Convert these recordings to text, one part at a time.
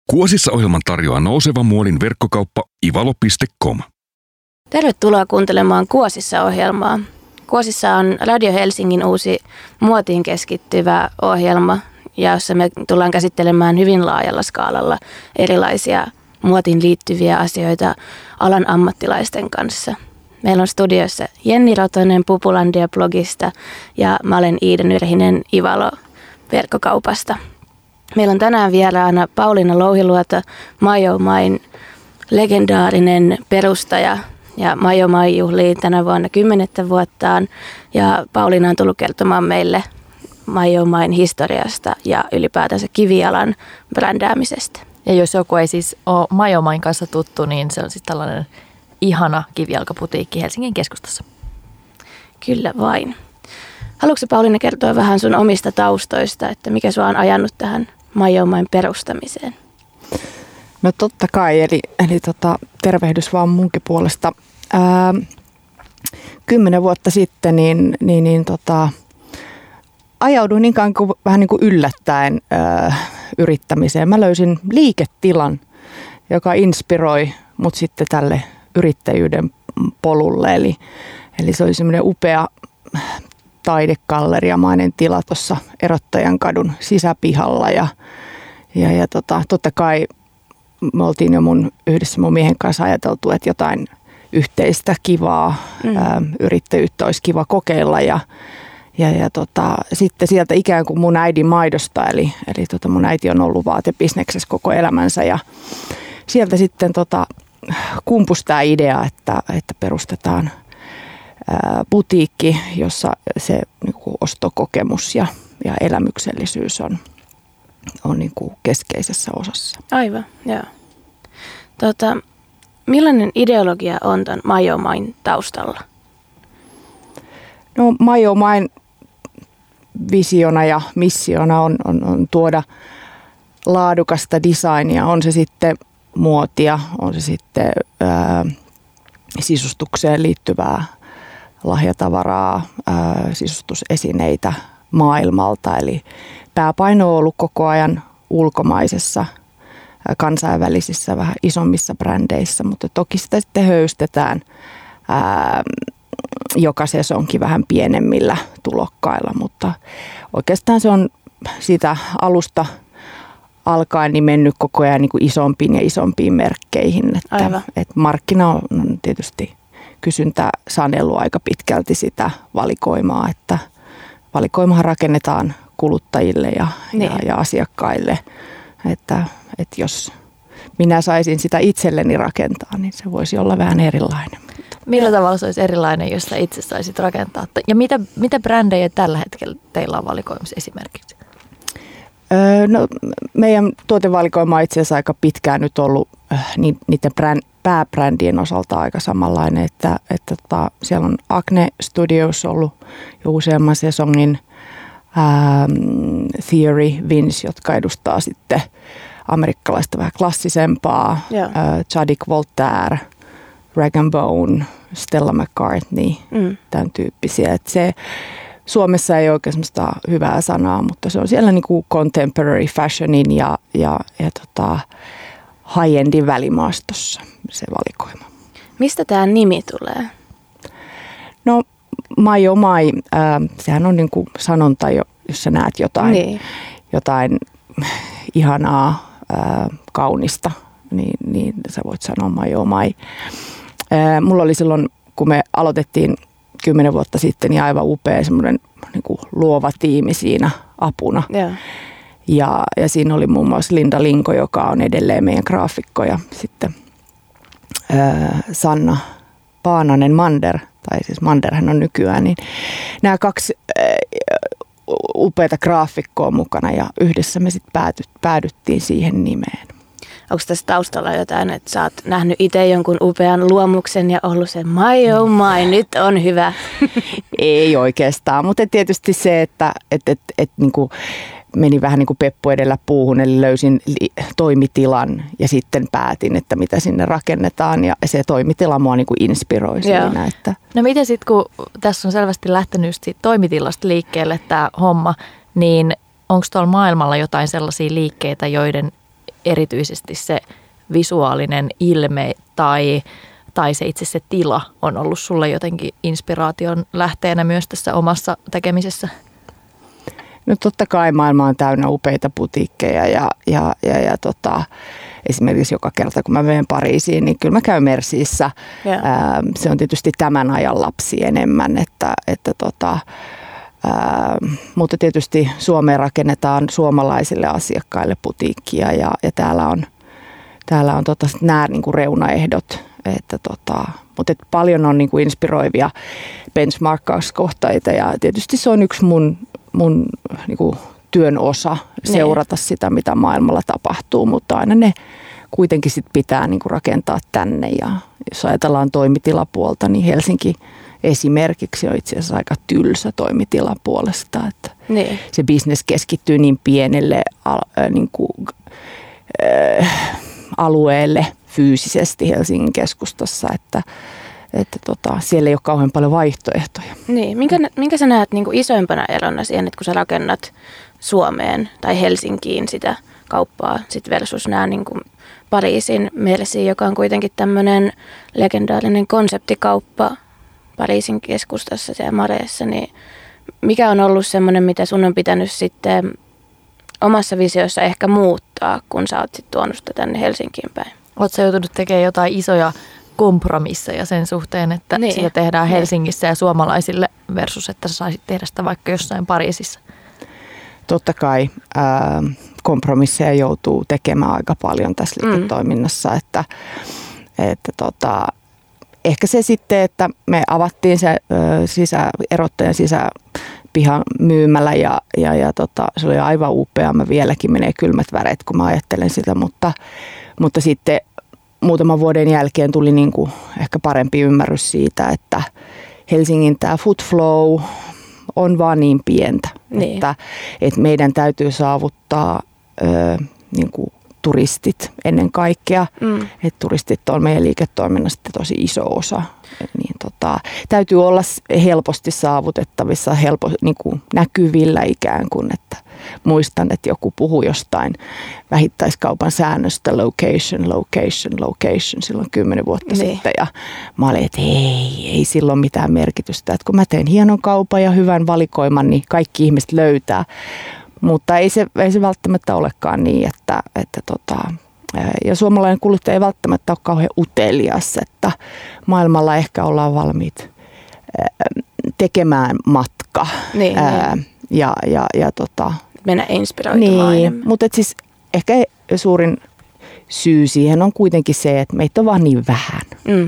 Kuosissa-ohjelman tarjoaa Nouseva muodin verkkokauppa ivalo.com. Tervetuloa kuuntelemaan Kuosissa-ohjelmaa. Kuosissa on Radio Helsingin uusi muotiin keskittyvä ohjelma, jossa me tullaan käsittelemään hyvin laajalla skaalalla erilaisia muotiin liittyviä asioita alan ammattilaisten kanssa. Meillä on studiossa Jenni Rotonen Pupulandia-blogista ja mä olen Iida Nyrhinen Ivalo-verkkokaupasta. Meillä on tänään vieraana Pauliina Louhiluoto, My Oh Myn legendaarinen perustaja, ja My Oh My juhlii tänä vuonna 10 vuottaan, ja Pauliina on tullut kertomaan meille My Oh Myn historiasta ja ylipäätänsä kivialan brändäämisestä. Ja jos joku ei siis ole My Oh Myn kanssa tuttu, niin se on siis tällainen ihana kivijalkaputiikki Helsingin keskustassa. Kyllä vain. Haluatko Pauliina kertoa vähän sun omista taustoista, että mikä sua on ajanut tähän My Oh Myn perustamiseen? No totta kai, eli tervehdys vaan munkin puolesta. 10 vuotta sitten ajauduin vähän niin kuin yllättäen yrittämiseen. Mä löysin liiketilan, joka inspiroi mut sitten tälle yrittäjyyden polulle. Eli se oli semmoinen upea taidegalleriamainen tila tuossa Erottajan kadun sisäpihalla ja totta kai me oltiin jo yhdessä mun miehen kanssa ajateltu, että jotain yhteistä kivaa yrittäjyyttä olisi kiva kokeilla ja sitten sieltä ikään kuin mun äidin maidosta, eli mun äiti on ollut vaatebisneksessä koko elämänsä ja sieltä sitten kumpusi tämä idea, että perustetaan butiikki, jossa se niin kuin ostokokemus ja elämyksellisyys on niin kuin keskeisessä osassa. Aivan, joo. Millainen ideologia on tämän My Oh Myn taustalla? No My Oh Myn visiona ja missiona on tuoda laadukasta designia, on se sitten muotia, on se sitten sisustukseen liittyvää lahjatavaraa, sisustusesineitä maailmalta. Eli pääpaino on ollut koko ajan ulkomaisessa, kansainvälisissä, vähän isommissa brändeissä, mutta toki sitä sitten höystetään joka sesonkin vähän pienemmillä tulokkailla, mutta oikeastaan se on siitä alusta alkaen niin mennyt koko ajan niin kuin isompiin ja isompiin merkkeihin. Että markkina on tietysti kysyntäsanelu aika pitkälti sitä valikoimaa, että valikoimahan rakennetaan kuluttajille ja asiakkaille, että jos minä saisin sitä itselleni rakentaa, niin se voisi olla vähän erilainen. Millä tavalla se olisi erilainen, jos sä itse saisit rakentaa? Ja mitä brändejä tällä hetkellä teillä on valikoimassa esimerkiksi? No, meidän tuotevalikoima on itse asiassa aika pitkään nyt ollut niiden pääbrändien osalta aika samanlainen, että siellä on Acne Studios ollut jo useamman sesongin, Theory, Vince, jotka edustaa sitten amerikkalaista vähän klassisempaa, Chadwick Voltaire, Rag & Bone, Stella McCartney, tämän tyyppisiä. Että se Suomessa ei ole oikein sellaista hyvää sanaa, mutta se on siellä niin kuin contemporary fashionin ja high-endin välimaastossa se valikoima. Mistä tämä nimi tulee? No My Oh My, sehän on niin kuin sanonta, jos sä näet jotain ihanaa, kaunista, niin sä voit sanoa My Oh My. Mulla oli silloin, kun me aloitettiin 10 vuotta sitten, niin aivan upea semmoinen niin kuin luova tiimi siinä apuna. Yeah. Ja siinä oli muun muassa Linda Linko, joka on edelleen meidän graafikko, ja sitten Sanna Paananen-Mander, tai siis Manderhän on nykyään, niin nämä 2 upeata graafikkoa mukana, ja yhdessä me sitten päädyttiin siihen nimeen. Onko tässä taustalla jotain, että sä oot nähnyt itse jonkun upean luomuksen ja ollut se My Oh My, nyt on hyvä? Ei oikeastaan, mutta tietysti se, että niinku meni vähän niin kuin peppu edellä puuhun, eli löysin toimitilan ja sitten päätin, että mitä sinne rakennetaan, ja se toimitila mua niin kuin inspiroi siinä. Että. No miten sitten, kun tässä on selvästi lähtenyt siitä toimitilasta liikkeelle tämä homma, niin onko tuolla maailmalla jotain sellaisia liikkeitä, joiden erityisesti se visuaalinen ilme tai se itse se tila on ollut sulle jotenkin inspiraation lähteenä myös tässä omassa tekemisessä? No totta kai maailma on täynnä upeita putiikkeja ja esimerkiksi joka kerta kun mä menen Pariisiin, niin kyllä mä käyn Merciissä. Se on tietysti tämän ajan lapsi enemmän, mutta tietysti Suomeen rakennetaan suomalaisille asiakkaille putiikkia ja täällä on nämä niin kuin reunaehdot. Mutta paljon on niin kuin inspiroivia benchmarkkauskohteita ja tietysti se on yksi mun niin kuin työn osa seurata sitä, mitä maailmalla tapahtuu, mutta aina ne kuitenkin sit pitää niin kuin rakentaa tänne. Ja jos ajatellaan toimitilapuolta, niin Helsinki esimerkiksi on itse asiassa aika tylsä toimitila puolesta, että se business keskittyy niin pienelle alueelle fyysisesti Helsingin keskustassa, että siellä ei ole kauhean paljon vaihtoehtoja. Niin, minkä sä näet niin kuin isoimpana erona siihen, että kun sä rakennat Suomeen tai Helsinkiin sitä kauppaa sit versus nämä niin kuin Pariisin Merci, joka on kuitenkin tämmöinen legendaarinen konseptikauppa Pariisin keskustassa siellä Mareessa, niin mikä on ollut semmoinen, mitä sun on pitänyt sitten omassa visiossa ehkä muuttaa, kun sä oot sit tuonut sitä tänne Helsinkiin päin? Oletko sä joutunut tekemään jotain isoja kompromisseja sen suhteen, että sitä tehdään Helsingissä ja suomalaisille versus, että sä saisit tehdä sitä vaikka jossain Pariisissa? Totta kai kompromisseja joutuu tekemään aika paljon tässä liiketoiminnassa, että ehkä se sitten, että me avattiin se erottajan sisäpihan myymällä ja se oli aivan upea. Mä vieläkin menee kylmät väreet, kun mä ajattelen sitä, mutta sitten muutaman vuoden jälkeen tuli niin kuin ehkä parempi ymmärrys siitä, että Helsingin tämä food flow on vaan niin pientä, että meidän täytyy saavuttaa niin kuin turistit ennen kaikkea. Että turistit on meidän liiketoiminnasta tosi iso osa. Niin täytyy olla helposti saavutettavissa, niin kuin näkyvillä ikään kuin, että muistan, että joku puhui jostain vähittäiskaupan säännöstä location silloin 10 vuotta sitten. Ja mä olin, että ei sillä ole mitään merkitystä. Että kun mä teen hienon kaupan ja hyvän valikoiman, niin kaikki ihmiset löytää. Mutta ei se välttämättä olekaan niin, ja suomalainen kuluttaja ei välttämättä ole kauhean utelias, että maailmalla ehkä ollaan valmiit tekemään matka. Mennä inspiroitumaan. Niin, mutta siis ehkä suurin syy siihen on kuitenkin se, että meitä on vaan niin vähän.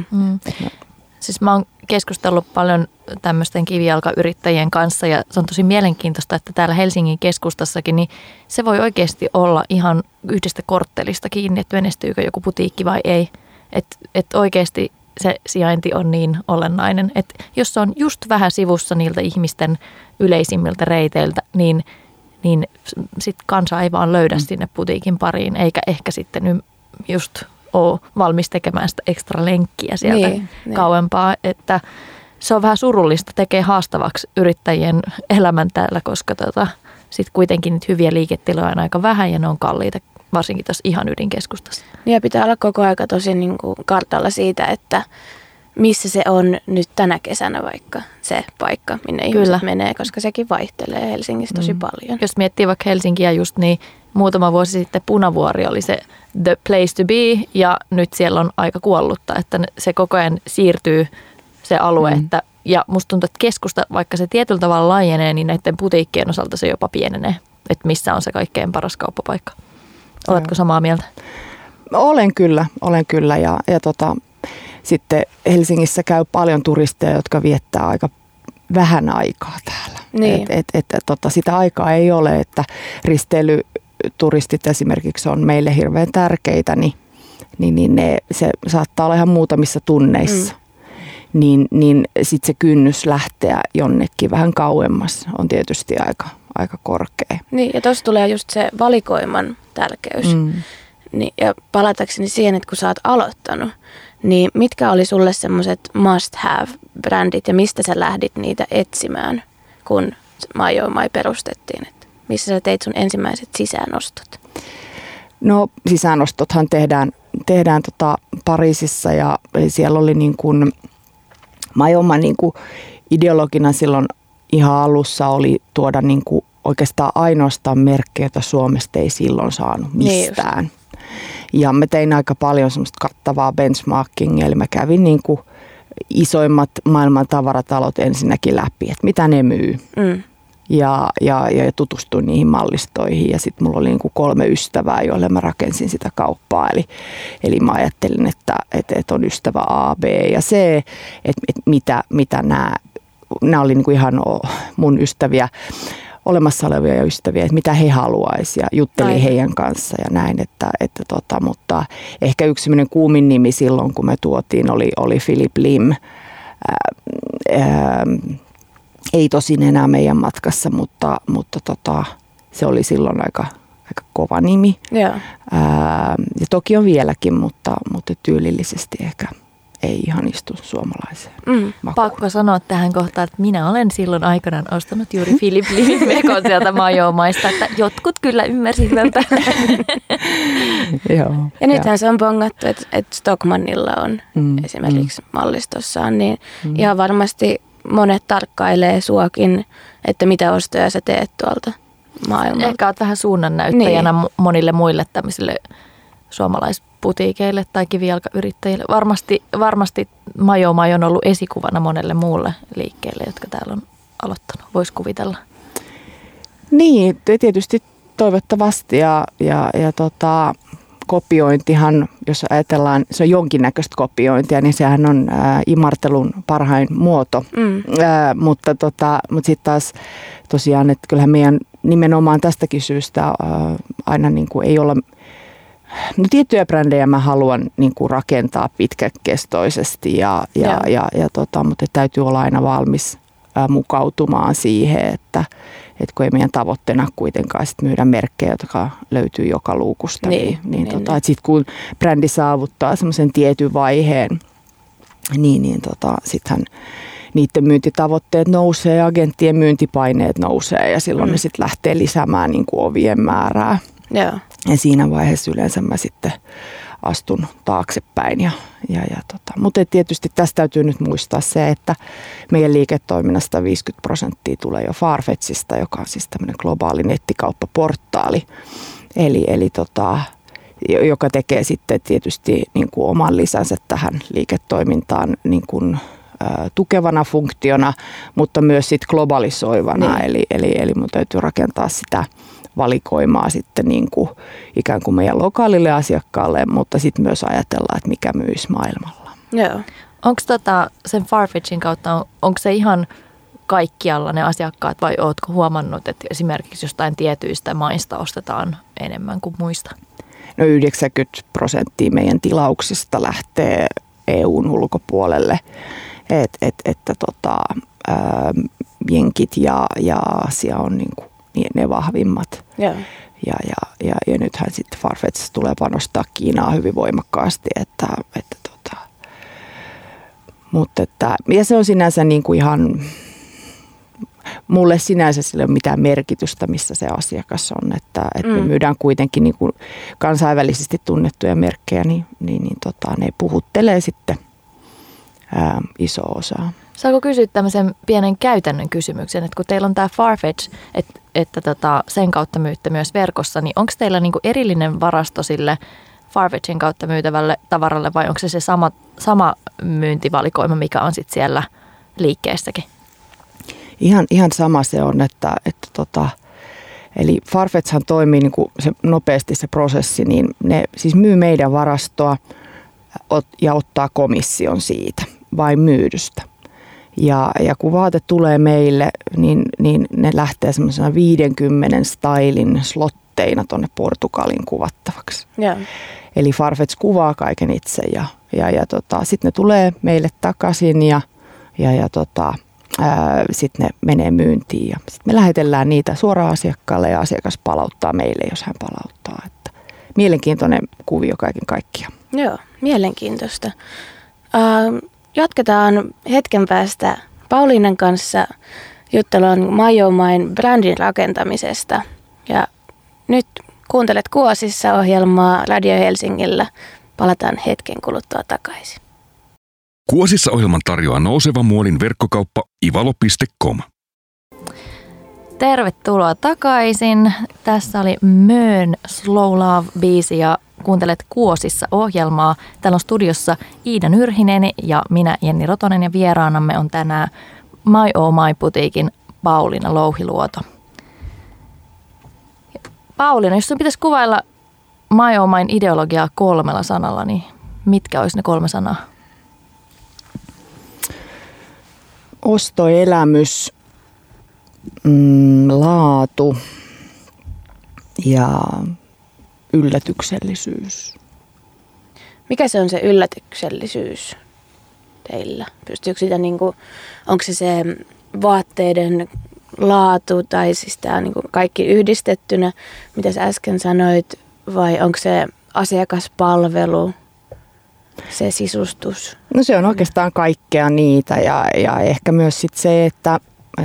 Siis mä oon keskustellut paljon tämmöisten kivijalkayrittäjien kanssa ja se on tosi mielenkiintoista, että täällä Helsingin keskustassakin, niin se voi oikeasti olla ihan yhdestä korttelista kiinni, että menestyykö joku putiikki vai ei. Että oikeasti se sijainti on niin olennainen, että jos se on just vähän sivussa niiltä ihmisten yleisimmiltä reiteiltä, niin sit kansa ei vaan löydä sinne putiikin pariin, eikä ehkä sitten just ole valmis tekemään sitä ekstra lenkkiä sieltä kauempaa, että se on vähän surullista, tekee haastavaksi yrittäjien elämän täällä, koska sitten kuitenkin niitä hyviä liiketiloja on aika vähän ja ne on kalliita, varsinkin tässä ihan ydinkeskustassa. Ja pitää olla koko aika tosi niin kuin kartalla siitä, että missä se on nyt tänä kesänä vaikka se paikka, minne ihmiset menee, koska sekin vaihtelee Helsingissä tosi paljon. Jos miettii vaikka Helsinkiä just, niin muutama vuosi sitten Punavuori oli se the place to be ja nyt siellä on aika kuollutta, että se koko ajan siirtyy se alue, ja musta tuntuu, että keskusta, vaikka se tietyllä tavalla laajenee, niin näiden putiikkien osalta se jopa pienenee, että missä on se kaikkein paras kauppapaikka. Oletko samaa mieltä? Olen kyllä ja sitten Helsingissä käy paljon turisteja, jotka viettää aika vähän aikaa täällä. Niin. Sitä aikaa ei ole, että risteilyturistit esimerkiksi on meille hirveän tärkeitä, niin se saattaa olla ihan muutamissa tunneissa. Niin sitten se kynnys lähteä jonnekin vähän kauemmas on tietysti aika korkea. Niin, ja tuossa tulee just se valikoiman tärkeys. Niin, ja palatakseni siihen, että kun sä oot aloittanut, niin mitkä oli sulle semmoiset must-have-brändit ja mistä sä lähdit niitä etsimään, kun My Oh My perustettiin? Että missä sä teit sun ensimmäiset sisäänostot? No sisäänostothan tehdään Pariisissa ja siellä oli niin kuin Maioma niin kuin ideologina silloin ihan alussa oli tuoda niin kuin oikeastaan ainoastaan merkkejä, joita Suomesta ei silloin saanut mistään. Niin ja mä tein aika paljon semmoista kattavaa benchmarkingia, eli mä kävin niin kuin isoimmat maailman tavaratalot ensinnäkin läpi, että mitä ne myy. Ja tutustuin niihin mallistoihin ja sitten mulla oli niin kuin 3 ystävää, joille mä rakensin sitä kauppaa. Eli mä ajattelin, että on ystävä A, B ja C, että mitä nämä oli niin kuin ihan mun ystäviä, olemassa olevia ystäviä, että mitä he haluaisivat ja juttelin heidän kanssa ja näin, mutta ehkä yksi sellainen kuumin nimi silloin, kun me tuotiin, oli Philip Lim. Ei tosin enää meidän matkassa, mutta se oli silloin aika kova nimi. Ja toki on vieläkin, mutta tyylillisesti ehkä ei ihan istu suomalaiseen makuun. Pakko sanoa tähän kohtaan, että minä olen silloin aikanaan ostanut juuri Philip Limin mekon sieltä Majomaista, että jotkut kyllä ymmärsivät. Ja nythän se on bongattu, että Stockmannilla on esimerkiksi mallistossaan, niin ihan varmasti monet tarkkailee suakin, että mitä ostoja sä teet tuolta maailmalta. Ehkä olet vähän suunnannäyttäjänä monille muille tämmöisille suomalaisputiikeille tai kivijalkayrittäjille. Varmasti Majomai on ollut esikuvana monelle muulle liikkeelle, jotka täällä on aloittanut. Voisi kuvitella. Niin, tietysti toivottavasti ja kopiointihan, jos ajatellaan, se on jonkinnäköistä kopiointia, niin sehän on imartelun parhain muoto. Mutta sitten taas tosiaan, että kyllähän meidän nimenomaan tästäkin syystä aina niin kuin ei olla, no tiettyjä brändejä mä haluan niin kuin rakentaa pitkäkestoisesti, mutta täytyy olla aina valmis mukautumaan siihen, että kun ei meidän tavoitteena kuitenkaan sit myydä merkkejä, jotka löytyy joka luukusta, niin. Sitten kun brändi saavuttaa semmoisen tietyn vaiheen, sittenhän niiden myyntitavoitteet nousee ja agenttien myyntipaineet nousee ja silloin ne sitten lähtee lisäämään niin kuin ovien määrää. Ja siinä vaiheessa yleensä mä sitten astun taaksepäin. Mutta tietysti tästä täytyy nyt muistaa se, että meidän liiketoiminnasta 50% tulee jo Farfetchista, joka on siis tämmöinen globaali nettikauppaportaali. Joka tekee sitten tietysti niin kuin oman lisänsä tähän liiketoimintaan niin kuin tukevana funktiona, mutta myös sit globalisoivana. Eli mun täytyy rakentaa sitä valikoimaa sitten niin kuin ikään kuin meidän lokaalille asiakkaalle, mutta sitten myös ajatella, että mikä myisi maailmalla. Joo. Onko sen Farfetchin kautta, onko se ihan kaikkialla ne asiakkaat vai ootko huomannut, että esimerkiksi jostain tietyistä maista ostetaan enemmän kuin muista? No 90% meidän tilauksista lähtee EUn ulkopuolelle, että jenkit ja Aasia on niin kuin ne vahvimmat. Yeah. Ja nythän sitten Farfetch tulee panostaa Kiinaa hyvin voimakkaasti, ja se on sinänsä niin kuin ihan, mulle sinänsä sillä ei ole mitään merkitystä, missä se asiakas on, että me myydään kuitenkin niin kuin kansainvälisesti tunnettuja merkkejä, niin ne puhuttelee sitten iso osa. Saako kysyä tämmöisen pienen käytännön kysymyksen, että kun teillä on tämä Farfetch, että sen kautta myytte myös verkossa, niin onko teillä niinku erillinen varasto sille Farfetchin kautta myytävälle tavaralle vai onko se sama myyntivalikoima, mikä on sitten siellä liikkeessäkin? Ihan sama se on, eli Farfetchhan toimii niinku se nopeasti se prosessi, niin ne siis myy meidän varastoa ja ottaa komission siitä vain myydystä. Ja kun vaate tulee meille, niin ne lähtee semmoisena 50 stylin slotteina tuonne Portugaliin kuvattavaksi. Yeah. Eli Farfetch kuvaa kaiken itse ja sitten ne tulee meille takaisin ja sitten ne menee myyntiin. Ja sitten me lähetellään niitä suoraan asiakkaalle ja asiakas palauttaa meille, jos hän palauttaa. Että mielenkiintoinen kuvio kaiken kaikkiaan. Joo, mielenkiintoista. Jatketaan hetken päästä Pauliinan kanssa juttelua Majomain brändin rakentamisesta. Ja nyt Kuuntelet Kuosissa ohjelmaa Radio Helsingillä. Palataan hetken kuluttua takaisin. Kuosissa ohjelman tarjoaa Nousevan muodin verkkokauppa ivalo.com. Tervetuloa takaisin. Tässä oli Möön Slow Love-biisi ja kuuntelet Kuosissa ohjelmaa. Täällä on studiossa Iida Nyrhinen ja minä Jenni Rotonen ja vieraanamme on tänään My Oh My -putiikin Pauliina Louhiluoto. Pauliina, jos sun pitäisi kuvailla My Oh Myn ideologiaa 3 sanalla, niin mitkä olisi ne 3 sanaa? Ostoelämys, laatu ja yllätyksellisyys. Mikä se on se yllätyksellisyys teillä? Pystyykö sitä onko se vaatteiden laatu tai siis tämä kaikki yhdistettynä, mitä sä äsken sanoit, vai onko se asiakaspalvelu, se sisustus? No se on oikeastaan kaikkea niitä ja ehkä myös sit se, että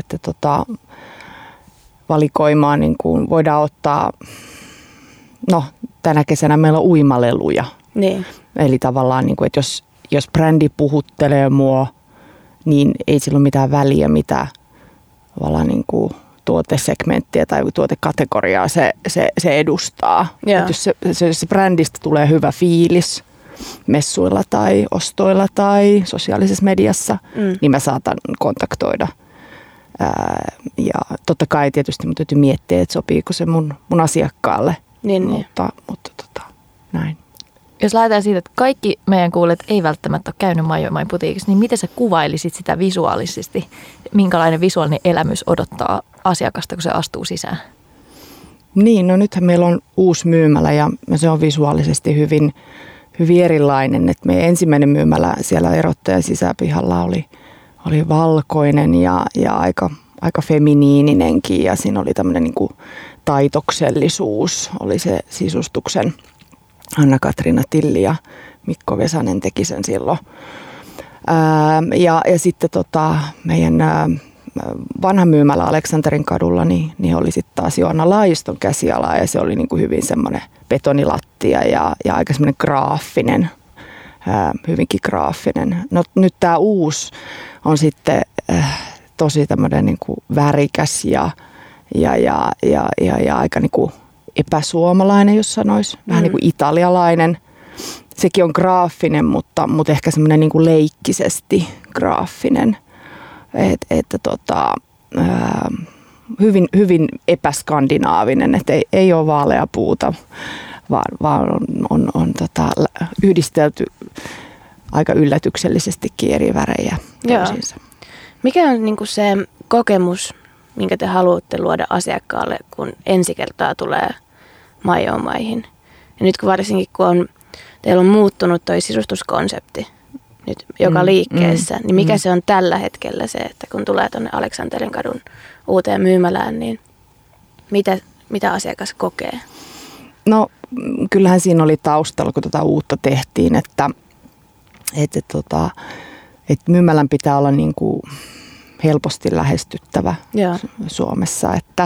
valikoimaan voidaan ottaa, no tänä kesänä meillä on uimaleluja. Niin. Eli tavallaan, että jos brändi puhuttelee mua, niin ei sillä ole mitään väliä, mitä tavallaan tuotesegmenttiä tai tuotekategoriaa se edustaa. Jos se brändistä tulee hyvä fiilis messuilla tai ostoilla tai sosiaalisessa mediassa, niin mä saatan kontaktoida. Ja totta kai tietysti mun täytyy miettiä, että sopiiko se mun asiakkaalle, mutta näin. Jos lähdetään siitä, että kaikki meidän kuulijat ei välttämättä ole käynyt My Oh My -putiikissa, niin miten sä kuvailisit sitä visuaalisesti? Minkälainen visuaalinen elämys odottaa asiakasta, kun se astuu sisään? Niin, no nythän meillä on uusi myymälä ja se on visuaalisesti hyvin erilainen. Et meidän ensimmäinen myymälä siellä erottajan sisäpihalla oli valkoinen ja aika feminiininenkin ja siinä oli tämmöinen taitoksellisuus, oli se sisustuksen. Anna-Katriina Tilli ja Mikko Vesanen teki sen silloin. Ja sitten meidän vanha myymälä Aleksanterin kadulla niin oli sitten taas Joanna Laiston käsiala ja se oli hyvin semmoinen betonilattia ja aika semmoinen graafinen, hyvinkin graafinen. No nyt tämä uusi on sitten tosi tämmöinen värikäs ja aika epäsuomalainen, jos sanoisi. Vähän niin kuin italialainen. Sekin on graafinen, mutta ehkä semmoinen leikkisesti graafinen. Hyvin epäskandinaavinen, että ei ole vaalea puuta, vaan on yhdistelty aika yllätyksellisestikin eri värejä toisiinsa. Mikä on se kokemus, minkä te haluatte luoda asiakkaalle, kun ensi kertaa tulee My Oh Myhin? Ja nyt varsinkin, kun teillä on muuttunut toi sisustuskonsepti nyt joka liikkeessä, niin mikä se on tällä hetkellä se, että kun tulee tuonne Aleksanterin kadun uuteen myymälään, niin mitä asiakas kokee? No kyllähän siinä oli taustalla, kun tätä uutta tehtiin, että myymälän pitää olla helposti lähestyttävä Suomessa, että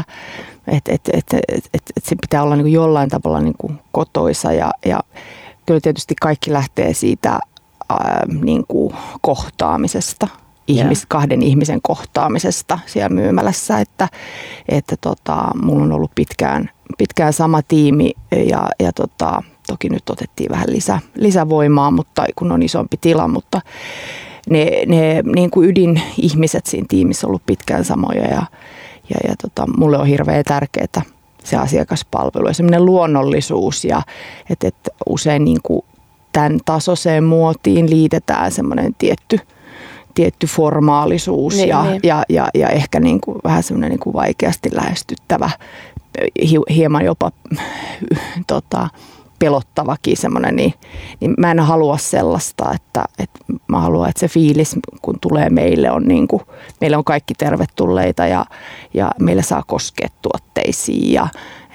se pitää olla jollain tavalla kotoisa ja kyllä tietysti kaikki lähtee siitä kohtaamisesta, kahden ihmisen kohtaamisesta siellä myymälässä, että mulla on ollut pitkään sama tiimi ja toki nyt otettiin vähän lisävoimaa, mutta kun on isompi tila, mutta ne ydinihmiset siinä tiimissä on ollut pitkään samoja ja mulle on hirveän tärkeää se asiakaspalvelu ja semmoinen luonnollisuus ja että usein tämän tasoiseen muotiin liitetään semmoinen tietty formaalisuus ja ehkä vähän semmoinen vaikeasti lähestyttävä, hieman jopa pelottavakin semmoinen, niin mä en halua sellaista, että mä haluan, että se fiilis, kun tulee meille on kaikki tervetulleita ja meillä saa koskea tuotteisiin ja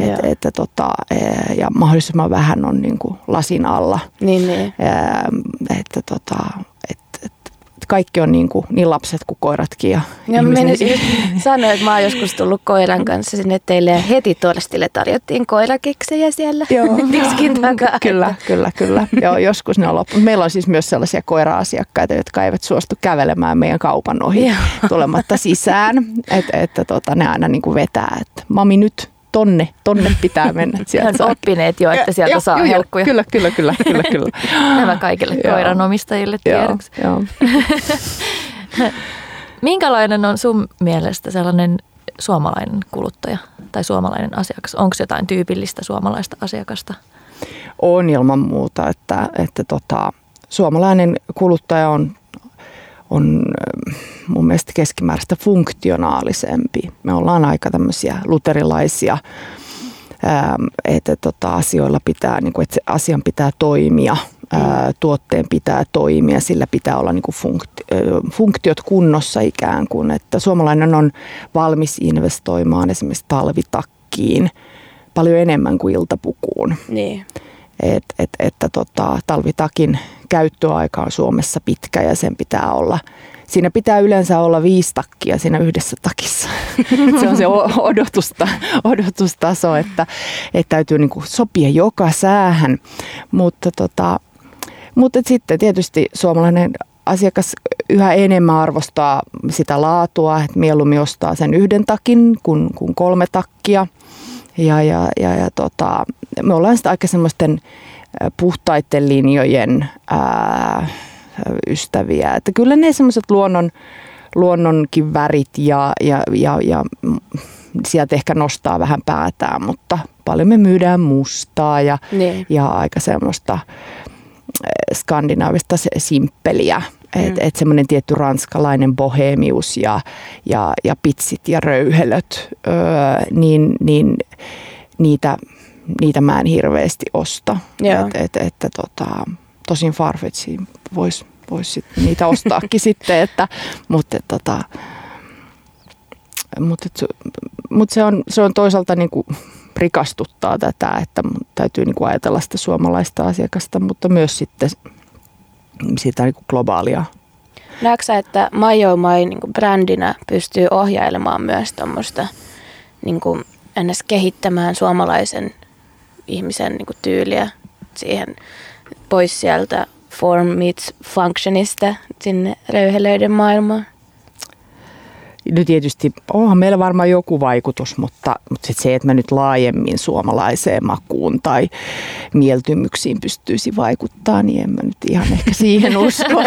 ja mahdollisimman vähän on lasin alla. Niin. Että kaikki on niin lapset kuin koiratkin. Ja menisin sanoa, että mä oon joskus tullut koiran kanssa sinne teille ja heti Torstille tarjottiin koirakeksejä siellä. Joo, tiskin takaa. Kyllä. Joo, joskus ne on loppunut. Meillä on siis myös sellaisia koira-asiakkaita, jotka eivät suostu kävelemään meidän kaupan ohi tulematta sisään. Että ne aina niin kuin vetää, että mami nyt tonne pitää mennä. Sieltä oppineet jo, että sieltä saa helkkuja. Kyllä. Nämä kaikille koiranomistajille tiedoksi. Joo. Minkälainen on sun mielestä sellainen suomalainen kuluttaja tai suomalainen asiakas? Onko jotain tyypillistä suomalaista asiakasta? On ilman muuta, että suomalainen kuluttaja on mun mielestä keskimääräistä funktionaalisempi. Me ollaan aika tämmöisiä luterilaisia, että asioilla pitää, niin kuin, että asian pitää toimia, tuotteen pitää toimia, sillä pitää olla niin kuin funktiot kunnossa ikään kuin. Että suomalainen on valmis investoimaan esimerkiksi talvitakkiin paljon enemmän kuin iltapukuun. Niin. Että talvitakin käyttöaika on Suomessa pitkä ja sen pitää olla. Siinä pitää yleensä olla 5 takkia siinä yhdessä takissa. Se on se odotustaso, että täytyy niinku sopia joka säähän. Mutta sitten tietysti suomalainen asiakas yhä enemmän arvostaa sitä laatua, että mieluummin ostaa sen 1 takin kuin 3 takkia. Ja me ollaan sitä aika semmoisten puhtaiden linjojen ystäviä. Että kyllä ne semmoiset luonnonkin värit ja sieltä ehkä nostaa vähän päätään, mutta paljon me myydään mustaa ja aika semmoista skandinaavista simppeliä. Että semmoinen tietty ranskalainen bohemius ja pitsit ja röyhelöt, niin niitä mä en hirveästi osta. Tosin Farfetchiin vois niitä ostaakin sitten, mutta se on toisaalta niinku rikastuttaa tätä, että täytyy niinku ajatella sitä suomalaista asiakasta, mutta myös sitten sitä niinku globaalia. Näetkö sä, että My Oh My niinku brändinä pystyy ohjailemaan myös tuommoista niinku ennäs kehittämään suomalaisen ihmisen niinku tyyliä siihen pois sieltä form meets functionista sinne röyhelöiden maailmaan? No tietysti onhan meillä varmaan joku vaikutus, mutta se, että mä nyt laajemmin suomalaiseen makuun tai mieltymyksiin pystyisi vaikuttaa, niin en mä nyt ihan ehkä siihen usko.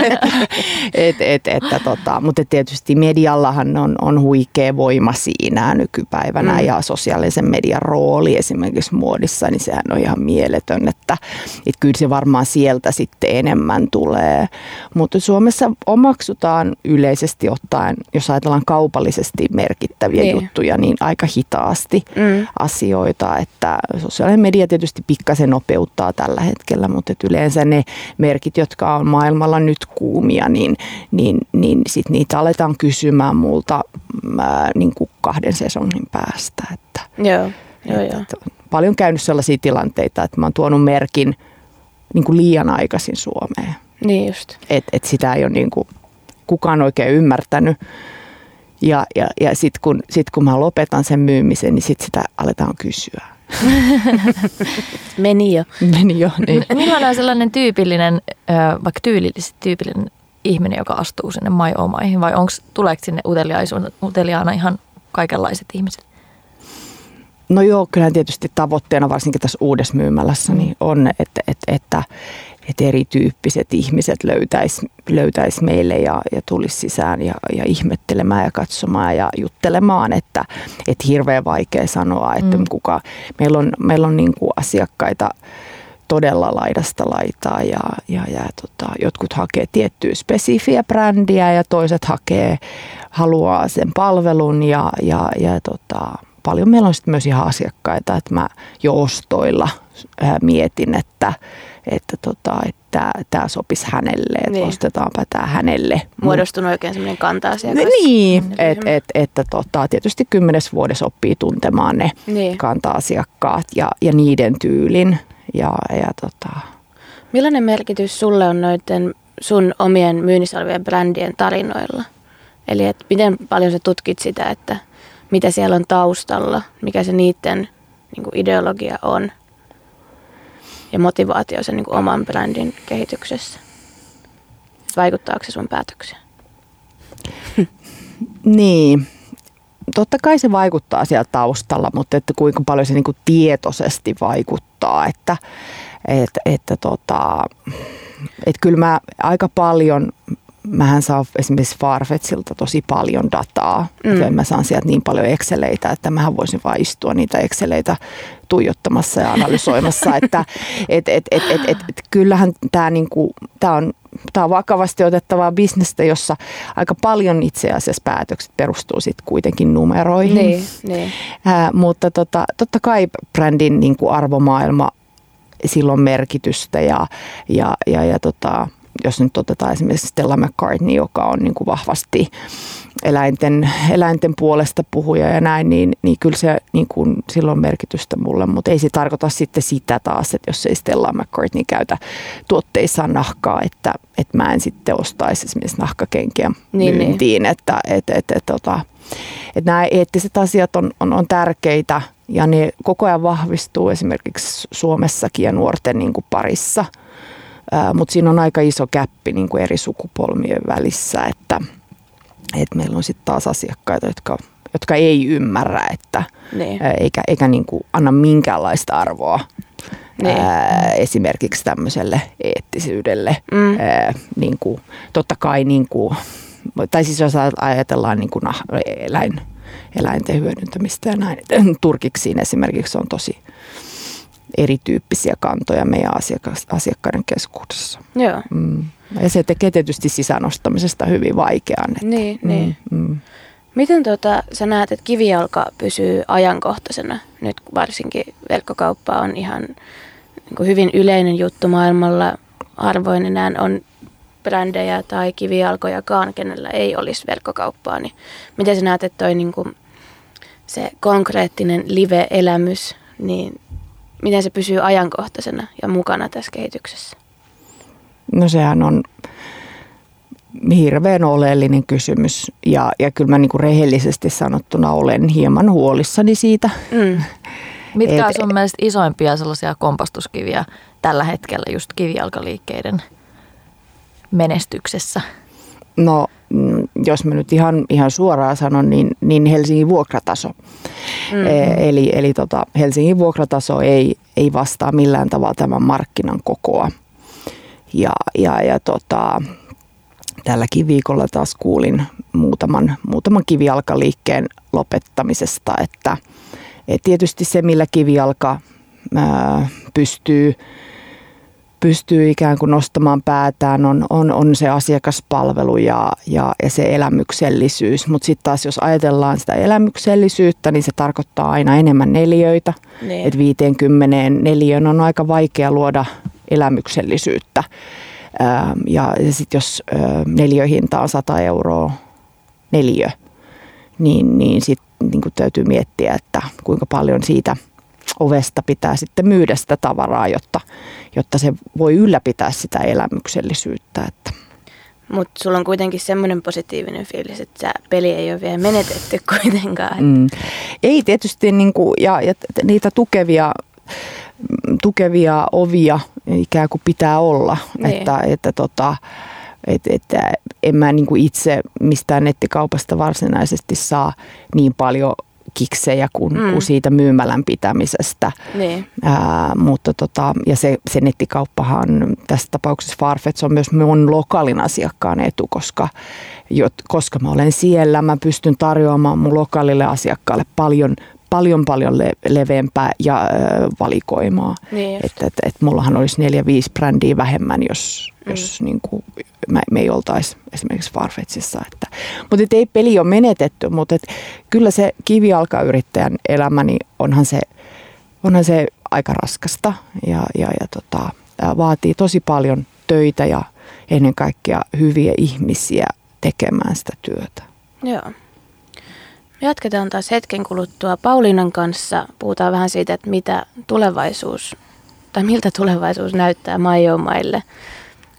Mutta tietysti mediallahan on huikea voima siinä nykypäivänä ja sosiaalisen median rooli esimerkiksi muodissa, niin sehän on ihan mieletön, että kyllä se varmaan sieltä sitten enemmän tulee. Mutta Suomessa omaksutaan yleisesti ottaen, jos ajatellaan kaupallisesti merkittäviä juttuja, niin aika hitaasti asioita, että sosiaalinen media tietysti pikkasen nopeuttaa tällä hetkellä, mutta yleensä ne merkit, jotka on maailmalla nyt kuumia, niin sit niitä aletaan kysymään multa niin kuin 2 sesongin päästä. Joo. Paljon käynyt sellaisia tilanteita, että mä oon tuonut merkin niin kuin liian aikaisin Suomeen. Niin just. Et sitä ei ole niin kuin kukaan oikein ymmärtänyt. Ja sitten kun mä lopetan sen myymisen, niin sitten sitä aletaan kysyä. Meni jo, niin. Millainen on sellainen tyypillinen, vaikka tyylillisesti tyypillinen ihminen, joka astuu sinne My Oh Myhin, vai tuleeko sinne uteliaana ihan kaikenlaiset ihmiset? No joo, kyllähän tietysti tavoitteena varsinkin tässä uudessa myymälässä niin on, että erityyppiset ihmiset löytäis meille ja tulisi sisään ja ihmettelemään ja katsomaan ja juttelemaan, että hirveän vaikea sanoa, että meillä on niin kuin asiakkaita todella laidasta laitaa ja jotkut hakee tiettyä spesifiä brändiä ja toiset haluaa sen palvelun ja paljon meillä on sitten myös ihan asiakkaita, että mä jo ostoilla mietin, että tämä sopisi hänelle, että niin. Ostetaanpa tämä hänelle. Muodostunut oikein semmoinen kanta-asiakas. Niin, että tietysti 10 vuodessa oppii tuntemaan ne kanta-asiakkaat ja niiden tyylin. Millainen merkitys sulle on noiden sun omien myynnissä olevien brändien tarinoilla. Eli että miten paljon sä tutkit sitä, että mitä siellä on taustalla, mikä se niiden niin kuin ideologia on ja motivaatio sen niin kuin oman brändin kehityksessä. Vaikuttaako se sun päätökseen? Niin, totta kai se vaikuttaa siellä taustalla, mutta että kuinka paljon se niin kuin tietoisesti vaikuttaa, että kyllä mä aika paljon, mähän saan esimerkiksi Farfetchilta tosi paljon dataa. Mä saan sieltä niin paljon Exceleitä, että mähän voisin vaan istua niitä Exceleitä tuijottamassa ja analysoimassa, että kyllähän tämä on vakavasti otettavaa bisnestä, jossa aika paljon itse asiassa päätökset perustuu sitten kuitenkin numeroihin. Niin. Mutta totta kai brändin niin kuin arvomaailma, sillä on merkitystä ja jos nyt otetaan esimerkiksi Stella McCartney, joka on niin kuin vahvasti eläinten puolesta puhuja ja näin, niin kyllä se niin kuin, sillä on merkitystä mulle, mutta ei se tarkoita sitten sitä taas, että jos ei Stella McCartney käytä tuotteissaan nahkaa, että mä en sitten ostaisi esimerkiksi nahkakenkiä myyntiin, että nämä eettiset asiat on tärkeitä ja ne koko ajan vahvistuu esimerkiksi Suomessakin ja nuorten niin kuin parissa. Mutta siinä on aika iso gäppi niin kuin eri sukupolvien välissä, että meillä on sitten taas asiakkaita, jotka ei ymmärrä, eikä niin kuin anna minkäänlaista arvoa esimerkiksi tämmöiselle eettisyydelle. Niin kuin, totta kai, niin kuin, tai siis jos ajatellaan niin kuin eläinten hyödyntämistä ja näin, turkiksiin esimerkiksi on tosi erityyppisiä kantoja meidän asiakkaiden keskuudessa. Joo. Ja se tekee tietysti sisäänostamisesta hyvin vaikean. Niin. Miten sä näet, että kivijalka pysyy ajankohtaisena? Nyt varsinkin verkkokauppa on ihan niin kuin hyvin yleinen juttu maailmalla. Harvoin enää on brändejä tai kivijalkojakaan, kenellä ei olisi verkkokauppaa. Niin miten sä näet, että toi niin kuin se konkreettinen live-elämys, niin miten se pysyy ajankohtaisena ja mukana tässä kehityksessä? No sehän on hirveän oleellinen kysymys ja kyllä mä niinku rehellisesti sanottuna olen hieman huolissani siitä. Mitkä on sun mielestä isoimpia sellaisia kompastuskiviä tällä hetkellä just kivijalkaliikkeiden menestyksessä? No jos mä nyt ihan suoraan sanon, niin Helsingin vuokrataso. Eli Helsingin vuokrataso ei vastaa millään tavalla tämän markkinan kokoa. Tälläkin viikolla taas kuulin muutaman kivijalkaliikkeen lopettamisesta, että tietysti se millä kivijalka pystyy ikään kuin nostamaan päätään on se asiakaspalvelu ja se elämyksellisyys. Mutta sitten taas jos ajatellaan sitä elämyksellisyyttä, niin se tarkoittaa aina enemmän neliöitä. Niin. Et 50 neliön on aika vaikea luoda elämyksellisyyttä. Ja sitten jos neliöhinta on 100 € neliö, niin sitten niin täytyy miettiä, että kuinka paljon siitä ovesta pitää sitten myydä sitä tavaraa, jotta se voi ylläpitää sitä elämyksellisyyttä. Mutta sulla on kuitenkin semmoinen positiivinen fiilis, että peli ei ole vielä menetetty kuitenkaan. Ei tietysti, ja niitä tukevia ovia ikään kuin pitää olla, niin. että en mä itse mistään nettikaupasta varsinaisesti saa niin paljon kiksejä kuin siitä myymälän pitämisestä. Niin. Ja se nettikauppahan tässä tapauksessa Farfetch on myös mun lokaalin asiakkaan etu, koska mä olen siellä, mä pystyn tarjoamaan mun lokaalille asiakkaalle paljon leveämpää ja valikoimaa. Niin et mullahan olisi 4-5 brändiä vähemmän, jos niin kuin me ei oltaisi esimerkiksi Farfetchissa. Mutta ei peli ole menetetty, mutta kyllä se kivijalkayrittäjän elämä, niin onhan se aika raskasta ja vaatii tosi paljon töitä ja ennen kaikkea hyviä ihmisiä tekemään sitä työtä. Joo. Jatketaan taas hetken kuluttua Pauliinan kanssa. Puhutaan vähän siitä, että miltä tulevaisuus näyttää My Oh Mylle.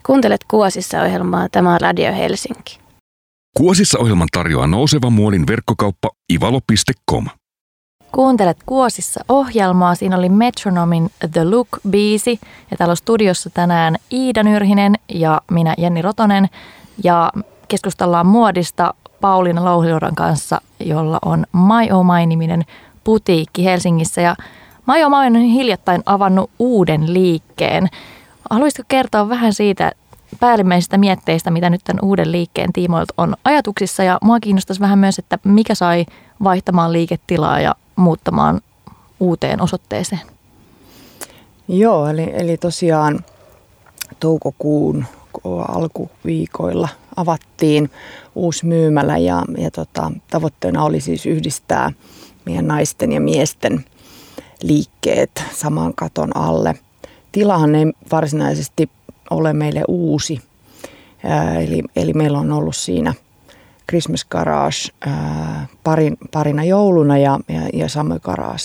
Kuuntelet Kuosissa-ohjelmaa. Tämä on Radio Helsinki. Kuosissa-ohjelman tarjoaa Nouseva Muolin verkkokauppa ivalo.com. Kuuntelet Kuosissa-ohjelmaa. Siinä oli Metronomin The Look-biisi. Ja täällä on studiossa tänään Iida Nyrhinen ja minä Jenni Rotonen. Ja keskustellaan muodista Pauliina Louhiluodon kanssa, jolla on My Oh My-niminen putiikki Helsingissä. Ja My Oh My on hiljattain avannut uuden liikkeen. Haluaisitko kertoa vähän siitä päällimmäisistä mietteistä, mitä nyt tämän uuden liikkeen tiimoilta on ajatuksissa? Ja mua kiinnostaisi vähän myös, että mikä sai vaihtamaan liiketilaa ja muuttamaan uuteen osoitteeseen? Joo, eli tosiaan toukokuun alkuviikoilla avattiin uusi myymälä ja tavoitteena oli siis yhdistää meidän naisten ja miesten liikkeet saman katon alle. Tilahan ei varsinaisesti ole meille uusi, eli meillä on ollut siinä Christmas Garage parina jouluna ja Summer Garage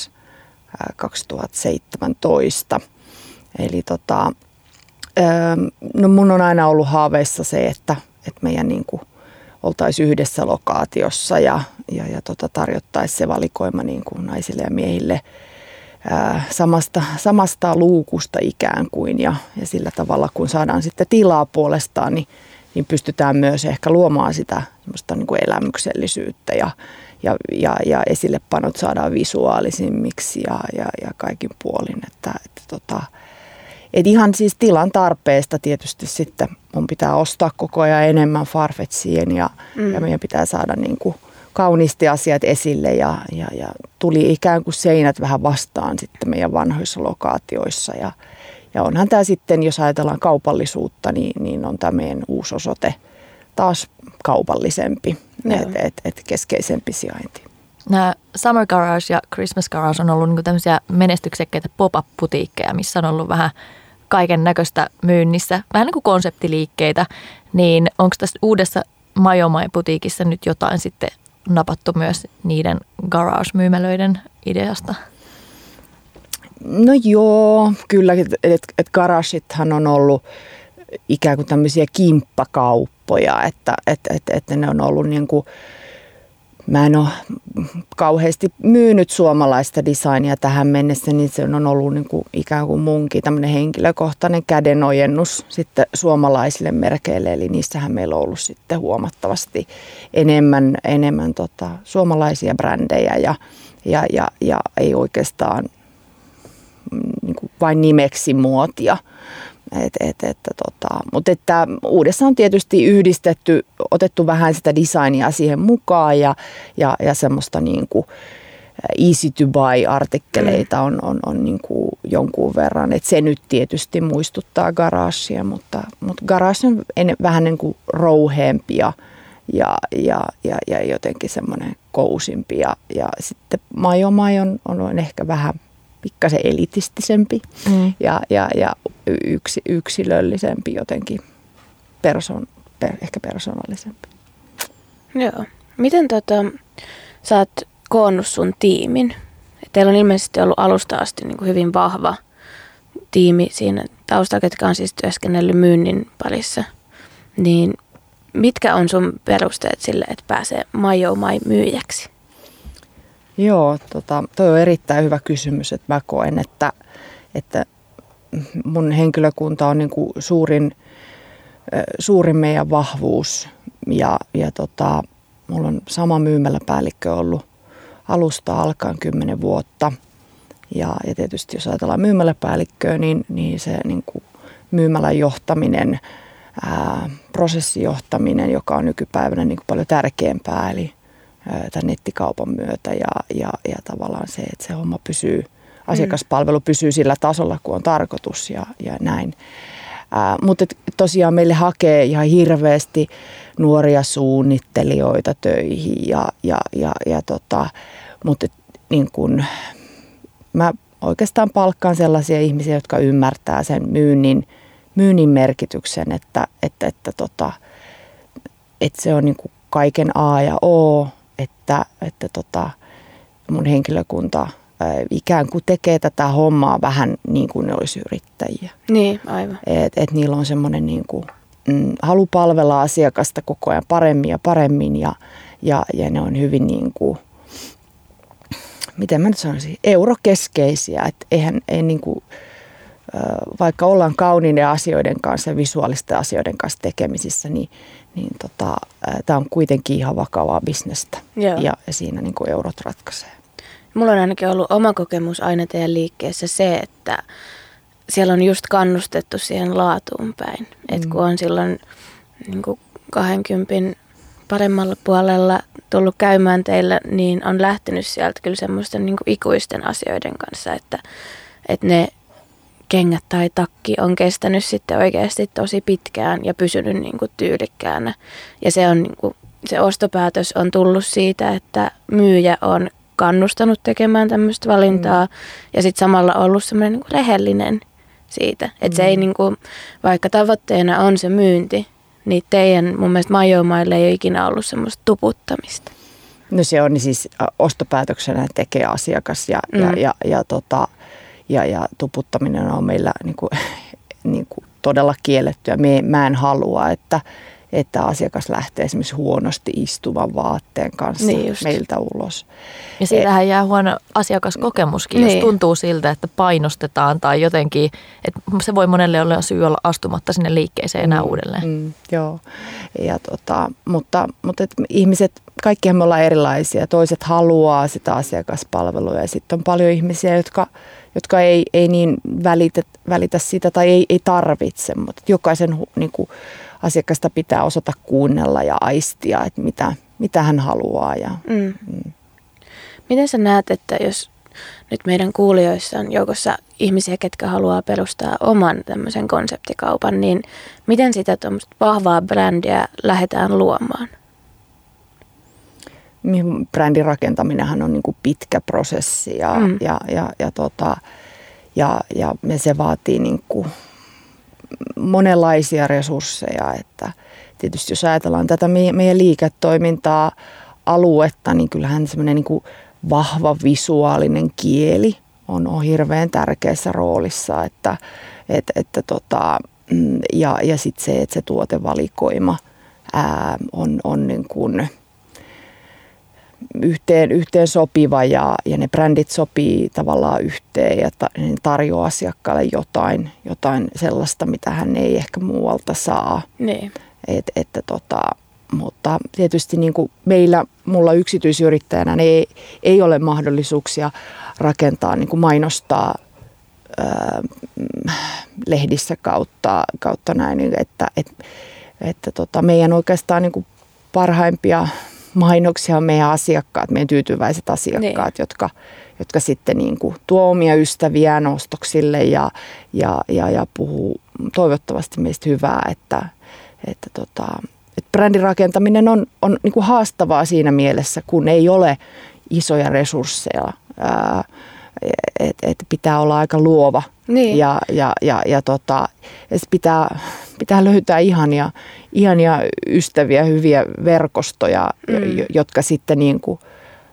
2017. Eli no mun on aina ollut haaveissa se, että meidän niin kuin oltaisiin yhdessä lokaatiossa ja tarjottaisiin se valikoima niin kuin naisille ja miehille samasta luukusta ikään kuin ja sillä tavalla, kun saadaan sitten tilaa puolestaan, niin pystytään myös ehkä luomaan sitä semmoista niin kuin elämyksellisyyttä ja esillepanot saadaan visuaalisimmiksi ja kaikin puolin. Että ihan siis tilan tarpeesta tietysti sitten mun pitää ostaa koko ajan enemmän Farfetchien ja meidän pitää saada niin kuin kauniisti asiat esille ja tuli ikään kuin seinät vähän vastaan sitten meidän vanhoissa lokaatioissa. Ja onhan tämä sitten, jos ajatellaan kaupallisuutta, niin on tämä meidän uusi osoite taas kaupallisempi, et keskeisempi sijainti. Nämä Summer Garage ja Christmas Garage on ollut niinku tämmöisiä menestyksekkäitä pop-up-putiikkeja, missä on ollut vähän kaiken näköistä myynnissä, vähän niin kuin konseptiliikkeitä. Niin onko tässä uudessa My Oh My-putiikissa nyt jotain sitten napattu myös niiden garage-myymälöiden ideasta? No joo, kyllä, että garagithan on ollut ikään kuin tämmöisiä kimppakauppoja, että ne on ollut niin kuin, mä en ole kauheasti myynyt suomalaista designia tähän mennessä, niin se on ollut niin kuin ikään kuin munkin tämmöinen henkilökohtainen kädenojennus sitten suomalaisille merkeille, eli niissähän meillä on ollut sitten huomattavasti enemmän suomalaisia brändejä ja ei oikeastaan niin kuin vain nimeksi muotia. Mutta että uudessa on tietysti otettu vähän sitä designia siihen mukaan ja semmoista niin kuin easy to buy -artikkeleita on niin kuin jonkun verran. Et se nyt tietysti muistuttaa garagea, mutta garage on vähän niin kuin rouheempi ja jotenkin semmoinen kousimpi. Ja sitten My Oh My on ehkä vähän pikkasen elitistisempi ja yksilöllisempi jotenkin, ehkä persoonallisempi. Joo. Miten sä oot koonnut sun tiimin? Teillä on ilmeisesti ollut alusta asti niin kuin hyvin vahva tiimi siinä taustalla, ketkä on siis työskennellyt myynnin parissa. Niin mitkä on sun perusteet sille, että pääsee My Oh My -myyjäksi? Joo, toi on erittäin hyvä kysymys, että mä koen, että mun henkilökunta on niin kuin suurin meidän vahvuus ja mulla on sama myymäläpäällikkö ollut alusta alkaen 10 vuotta ja tietysti jos ajatellaan myymäläpäällikköä, niin se niin kuin myymälän johtaminen, prosessijohtaminen, joka on nykypäivänä niin kuin paljon tärkeämpää, eli tämän nettikaupan myötä ja tavallaan se, että se homma pysyy, asiakaspalvelu pysyy sillä tasolla, kun on tarkoitus ja näin. Mutta tosiaan meille hakee ihan hirveästi nuoria suunnittelijoita töihin mutta niin kun, mä oikeastaan palkkaan sellaisia ihmisiä, jotka ymmärtää sen myynnin merkityksen, että se on niin kuin kaiken A ja O, että mun henkilökunta ikään kuin tekee tätä hommaa vähän niin kuin ne olisi yrittäjiä. Niin, aivan. Et niillä on semmoinen niin kuin, halu palvella asiakasta koko ajan paremmin ja paremmin ja ne on hyvin niin kuin, miten mä nyt sanoisin, eurokeskeisiä. Et ei niin kuin, vaikka ollaan kauniiden asioiden kanssa ja visuaalisten asioiden kanssa tekemisissä, niin tämä on kuitenkin ihan vakavaa bisnestä. Ja siinä niin kuin eurot ratkaisee. Mulla on ainakin ollut oma kokemus aina teidän liikkeessä se, että siellä on just kannustettu siihen laatuun päin. Että kun on silloin niin kuin 20 paremmalla puolella tullut käymään teillä, niin on lähtenyt sieltä kyllä semmoisten niin kuin ikuisten asioiden kanssa, että ne kengät tai takki on kestänyt sitten oikeasti tosi pitkään ja pysynyt niin kuin tyylikkäänä. Ja se, on, niin kuin, se ostopäätös on tullut siitä, että myyjä on kannustanut tekemään tämmöistä valintaa ja sitten samalla ollut semmoinen niin kuin rehellinen siitä. Että se ei niin kuin, vaikka tavoitteena on se myynti, niin teidän mun mielestä majomaille ei ole ikinä ollut semmoista tuputtamista. No se on niin siis ostopäätöksenä tekee asiakas ja tuputtaminen on meillä niin kuin todella kiellettyä. Mä en halua, että asiakas lähtee esimerkiksi huonosti istuvan vaatteen kanssa meiltä ulos. Ja siitähän jää huono asiakaskokemuskin, jos tuntuu siltä, että painostetaan tai jotenkin, että se voi monelle olla syy olla astumatta sinne liikkeeseen enää uudelleen. Joo, ja mutta ihmiset, kaikkihan me ollaan erilaisia. Toiset haluaa sitä asiakaspalvelua ja sitten on paljon ihmisiä, jotka ei niin välitä sitä tai ei tarvitse, mutta jokaisen niin kuin, asiakasta pitää osata kuunnella ja aistia, että mitä hän haluaa. Miten sä näet, että jos nyt meidän kuulijoissa on joukossa ihmisiä, ketkä haluaa perustaa oman tämmöisen konseptikaupan, niin miten sitä tuommoista vahvaa brändiä lähdetään luomaan? Brändin rakentaminenhan on niin kuin pitkä prosessi ja se vaatii niin kuin monenlaisia resursseja, että tietysti jos ajatellaan tätä meidän liiketoimintaa, aluetta, niin kyllähän semmoinen niin kuin vahva visuaalinen kieli on hirveän tärkeässä roolissa, ja sitten se, että se tuotevalikoima on niin kuin yhteen sopiva ja ne brändit sopii tavallaan yhteen ja ne tarjoaa asiakkaalle jotain sellaista, mitä hän ei ehkä muualta saa. Niin. Mutta tietysti niin kuin mulla yksityisyrittäjänä ei ole mahdollisuuksia rakentaa, niin kuin mainostaa lehdissä kautta näin, että meidän oikeastaan niin kuin parhaimpia mainoksia on meidän asiakkaat, meidän tyytyväiset asiakkaat, jotka sitten niin kuin tuo omia ystäviään ostoksille ja puhuu toivottavasti meistä hyvää, että brändin rakentaminen on niin kuin haastavaa siinä mielessä, kun ei ole isoja resursseja, että pitää olla aika luova ja pitää löytää ihania ystäviä, hyviä verkostoja, jotka sitten niin kuin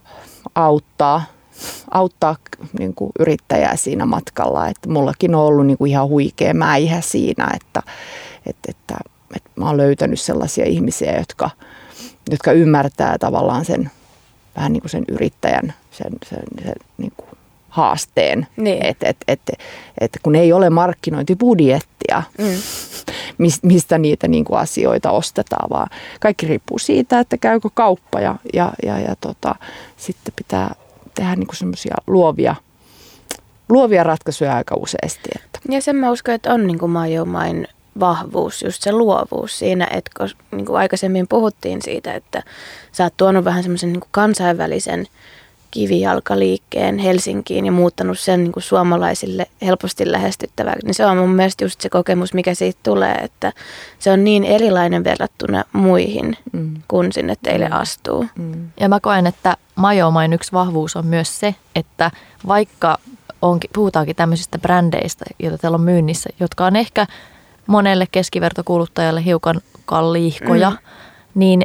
auttaa niin kuin yrittäjää siinä matkalla. Että mullakin on ollut niin kuin ihan huikea mäihä siinä, että mä oon löytänyt sellaisia ihmisiä, jotka ymmärtää tavallaan sen vähän niin kuin sen yrittäjän sen niin kuin haasteen, että kun ei ole markkinointibudjettia, mistä niitä niin kuin asioita ostetaan, vaan kaikki riippuu siitä, että käykö kauppa ja sitten pitää tehdä niin kuin semmoisia luovia ratkaisuja aika useasti. Että. Ja sen mä uskon, että on niin kuin Majomain vahvuus, just se luovuus siinä, että kun niin kuin aikaisemmin puhuttiin siitä, että sä oot tuonut vähän semmoisen niin kuin kansainvälisen kivijalkaliikkeen Helsinkiin ja muuttanut sen niin kuin suomalaisille helposti lähestyttäväksi, niin se on mun mielestä just se kokemus, mikä siitä tulee, että se on niin erilainen verrattuna muihin, kun sinne teille astuu. Ja mä koen, että Majomain yksi vahvuus on myös se, että vaikka puhutaankin tämmöisistä brändeistä, joita teillä on myynnissä, jotka on ehkä monelle keskivertokuluttajalle hiukan kalliihkoja, niin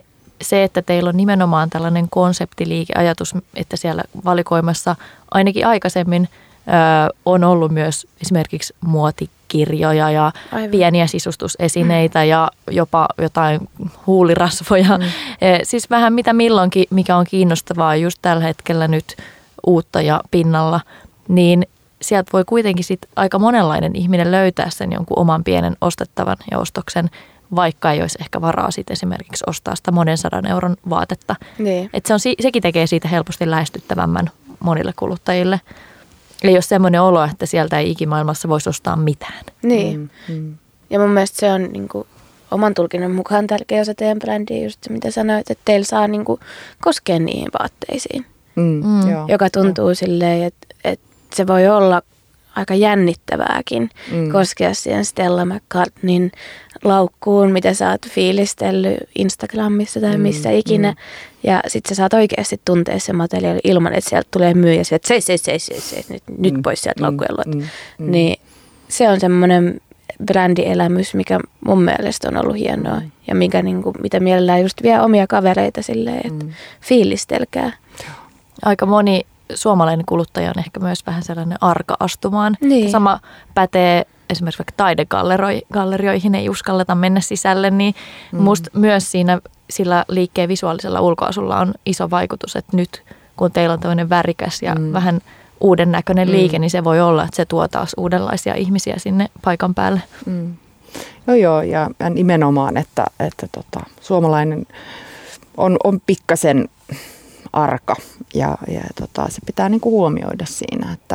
se, että teillä on nimenomaan tällainen konseptiliikeajatus, että siellä valikoimassa ainakin aikaisemmin on ollut myös esimerkiksi muotikirjoja ja pieniä sisustusesineitä ja jopa jotain huulirasvoja. Siis vähän mitä milloinkin, mikä on kiinnostavaa just tällä hetkellä nyt uutta ja pinnalla, niin sieltä voi kuitenkin sit aika monenlainen ihminen löytää sen jonkun oman pienen ostettavan ja ostoksen, vaikka ei olisi ehkä varaa sitten esimerkiksi ostaa sitä monen 100 euron vaatetta. Niin. Että sekin tekee siitä helposti lähestyttävämmän monille kuluttajille. Ei ole semmoinen olo, että sieltä ei ikimaailmassa voisi ostaa mitään. Niin. Ja mun mielestä se on niinku oman tulkinnan mukaan tärkeä osa teidän brändiä, just se mitä sanoit, että teillä saa niinku koskea niihin vaatteisiin. Joka tuntuu silleen, että se voi olla aika jännittävääkin koskea siihen Stella McCartneyn laukkuun, mitä sä oot fiilistellyt Instagramissa tai missä ikinä. Ja sit sä saat oikeasti tuntea se materiaali ilman, että sieltä tulee myyjä ja että nyt pois sieltä laukkujen luot. Niin se on semmoinen brändielämys, mikä mun mielestä on ollut hienoa. Ja mikä, niinku, mitä mielellään just vie omia kavereita silleen, että fiilistelkää. Aika moni suomalainen kuluttaja on ehkä myös vähän sellainen arka astumaan. Niin. Sama pätee esimerkiksi vaikka taidegallerioihin ei uskalleta mennä sisälle, niin musta myös sillä liikkeen visuaalisella ulkoasulla on iso vaikutus, että nyt kun teillä on tämmöinen värikäs ja vähän uuden näköinen liike, niin se voi olla, että se tuo taas uudenlaisia ihmisiä sinne paikan päälle. Joo, ja nimenomaan, että suomalainen on pikkasen arka ja se pitää niinku huomioida siinä, että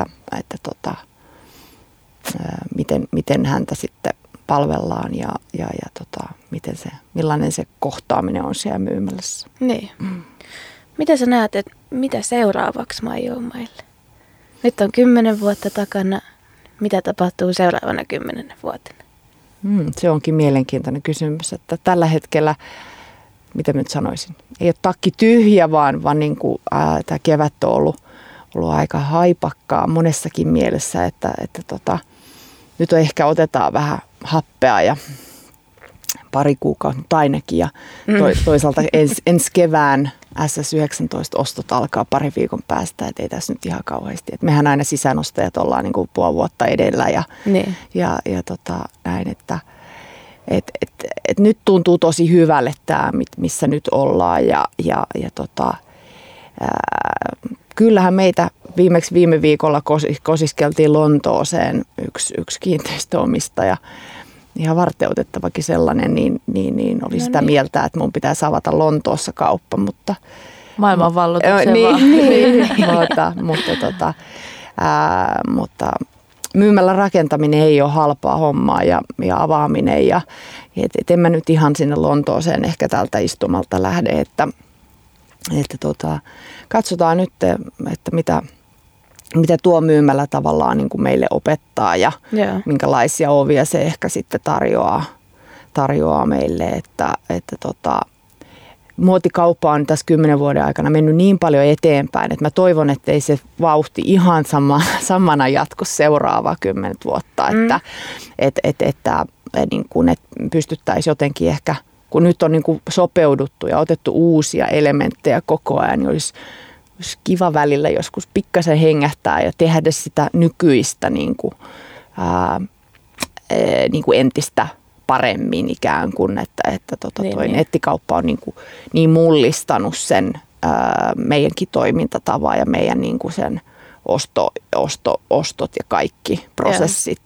miten häntä sitten palvellaan ja millainen se kohtaaminen on siellä myymälässä. Niin. Mitä sä näet, että mitä seuraavaksi Maijoumaille? Nyt on 10 vuotta takana. Mitä tapahtuu seuraavana 10 vuotena? Se onkin mielenkiintoinen kysymys, että tällä hetkellä, mitä nyt sanoisin, ei ole takki tyhjä, vaan niin kuin, tämä kevät on ollut aika haipakkaa monessakin mielessä, että nyt ehkä otetaan vähän happea ja pari kuukautta ainakin ja toisaalta ensi kevään SS19-ostot alkaa pari viikon päästä, että ei tässä nyt ihan kauheasti. Et mehän aina sisäänostajat ollaan niin kuin puoli vuotta edellä ja näin, että nyt tuntuu tosi hyvälle tämä, missä nyt ollaan kyllähän meitä viimeksi viime viikolla kosiskeltiin Lontooseen yksi kiinteistöomistaja, ihan varteutettavakin sellainen, niin oli sitä mieltä, että mun pitäisi avata Lontoossa kauppa, mutta maailman valloituksen mutta myymällä rakentaminen ei ole halpaa hommaa ja avaaminen ja en mä nyt ihan sinne Lontooseen ehkä tältä istumalta lähde, että katsotaan nyt, että mitä tuo myymällä tavallaan niin kuin meille opettaa ja minkälaisia ovia se ehkä sitten tarjoaa meille, että muotikauppa on tässä 10 vuoden aikana mennyt niin paljon eteenpäin, että mä toivon, että ei se vauhti ihan samana jatku seuraavaa 10 vuotta, että niin kuin, että pystyttäisiin jotenkin ehkä, kun nyt on niin kuin sopeuduttu ja otettu uusia elementtejä koko ajan, niin olisi kiva välillä joskus pikkasen hengähtää ja tehdä sitä nykyistä niin kuin entistä paremmin ikään kuin, että toi nettikauppa on niin mullistanut sen meidänkin toimintatavan ja meidän niin kuin sen ostot ja kaikki prosessit,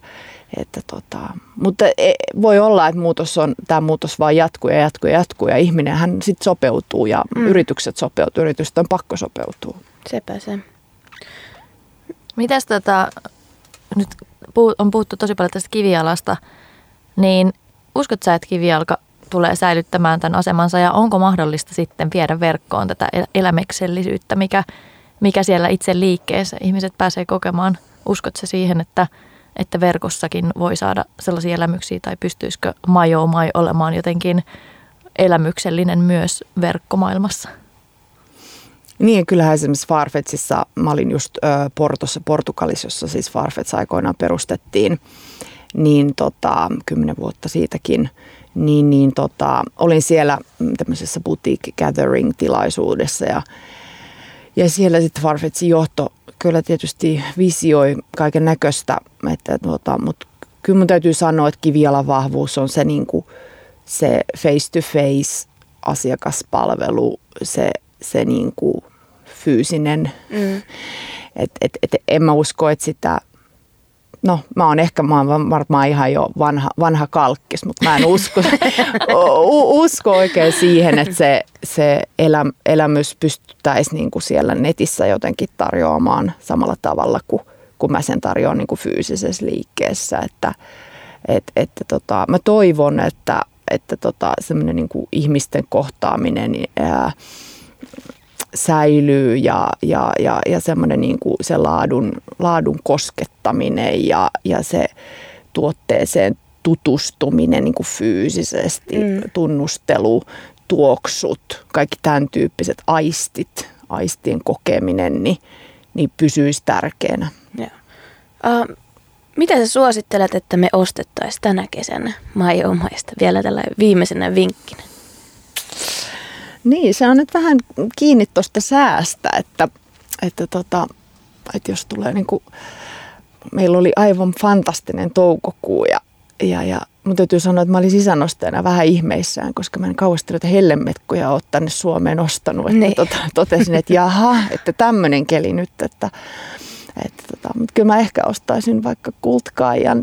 mutta voi olla, että tämä muutos vaan jatkuu ja ihminen hän sitten sopeutuu ja yritykset sopeutuu, yritysten on pakko sopeutua. Sepä se. Mitäs nyt on puhuttu tosi paljon tästä kivijalasta, niin uskot sä, että kivijalka tulee säilyttämään tämän asemansa ja onko mahdollista sitten viedä verkkoon tätä elämyksellisyyttä, mikä siellä itse liikkeessä ihmiset pääsee kokemaan? Uskot sä siihen, että verkossakin voi saada sellaisia elämyksiä tai pystyisikö Majoumai olemaan jotenkin elämyksellinen myös verkkomaailmassa? Niin, kyllähän esimerkiksi Farfetchissa, mä olin just Portossa, Portugalissa, jossa siis Farfetch aikoinaan perustettiin, niin 10 vuotta siitäkin, niin olin siellä tämmöisessä boutique gathering-tilaisuudessa ja siellä sitten Farfetchin johto kyllä tietysti visioi kaiken näköistä, mutta kyllä mun täytyy sanoa, että kivijalan vahvuus on se, niinku, se face-to-face asiakaspalvelu, se niinku fyysinen. En mä usko, että sitä, no mä oon varmaan ihan jo vanha kalkkis, mutta mä en usko oikein siihen, että se elämys pystyttäisiin niinku siellä netissä jotenkin tarjoamaan samalla tavalla kuin mä sen tarjoan niinku fyysisessä liikkeessä. Mä toivon, että semmoinen niinku ihmisten kohtaaminen säilyy ja semmoinen niinku se laadun koskettaminen ja se tuotteeseen tutustuminen niinku fyysisesti, tunnustelu, tuoksut, kaikki tämän tyyppiset aistien kokeminen, niin pysyisi tärkeänä. Mitä sä suosittelet, että me ostettaisiin tänä kesänä My-Omaista vielä tällainen viimeisenä vinkkinä? Niin, se on nyt vähän kiinni tuosta säästä, että jos tulee niinku, meillä oli aivan fantastinen toukokuu ja mun täytyy sanoa, että mä olin sisänostajana vähän ihmeissään, koska mä en kauheasti noita hellemetkoja ole tänne Suomeen ostanut. Että totesin, että jaha, että tämmöinen keli nyt, mutta kyllä mä ehkä ostaisin vaikka Kultkaajan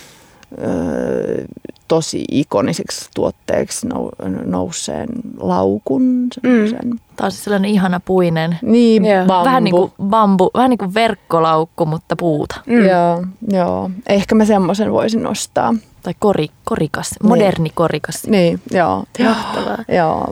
tosi ikoniseksi tuotteeksi nouseen laukun. Tämä on siis sellainen ihana puinen. Niin, bambu. Vähän niin kuin verkkolaukku, mutta puuta. Joo. Ehkä mä semmoisen voisin ostaa. Tai korikas, moderni korikas. Niin, joo. Mahtavaa. Joo,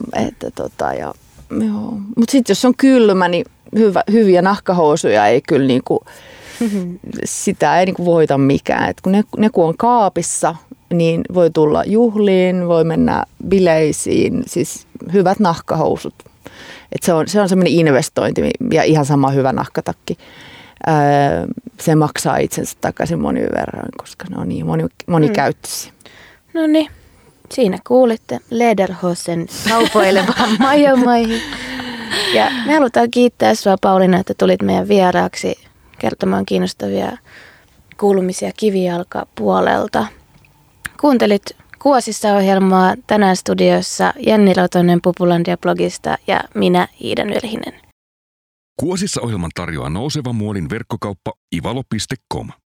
mutta sitten jos on kylmä, niin hyviä nahkahousuja ei kyllä niinku, sitä ei niinku voita mikään. Et kun ne kun on kaapissa, niin voi tulla juhliin, voi mennä bileisiin, siis hyvät nahkahousut. Et se on semmoinen investointi ja ihan sama hyvä nahkatakki. Se maksaa itsensä takaisin monin verran, koska ne on niin monikäyttöisiä. No niin, siinä kuulitte Lederhosen kaupoilevaan My-Omaihin. Ja me halutaan kiittää sua, Pauliina, että tulit meidän vieraaksi kertomaan kiinnostavia kuulumisia kivijalkapuolelta. Kuuntelit Kuosissa-ohjelmaa, tänään studiossa Jenni Rautonen Pupulandia-blogista ja minä Iida Nyrhinen. Kuosissa-ohjelman tarjoaa Nouseva Muodin verkkokauppa ivalo.com.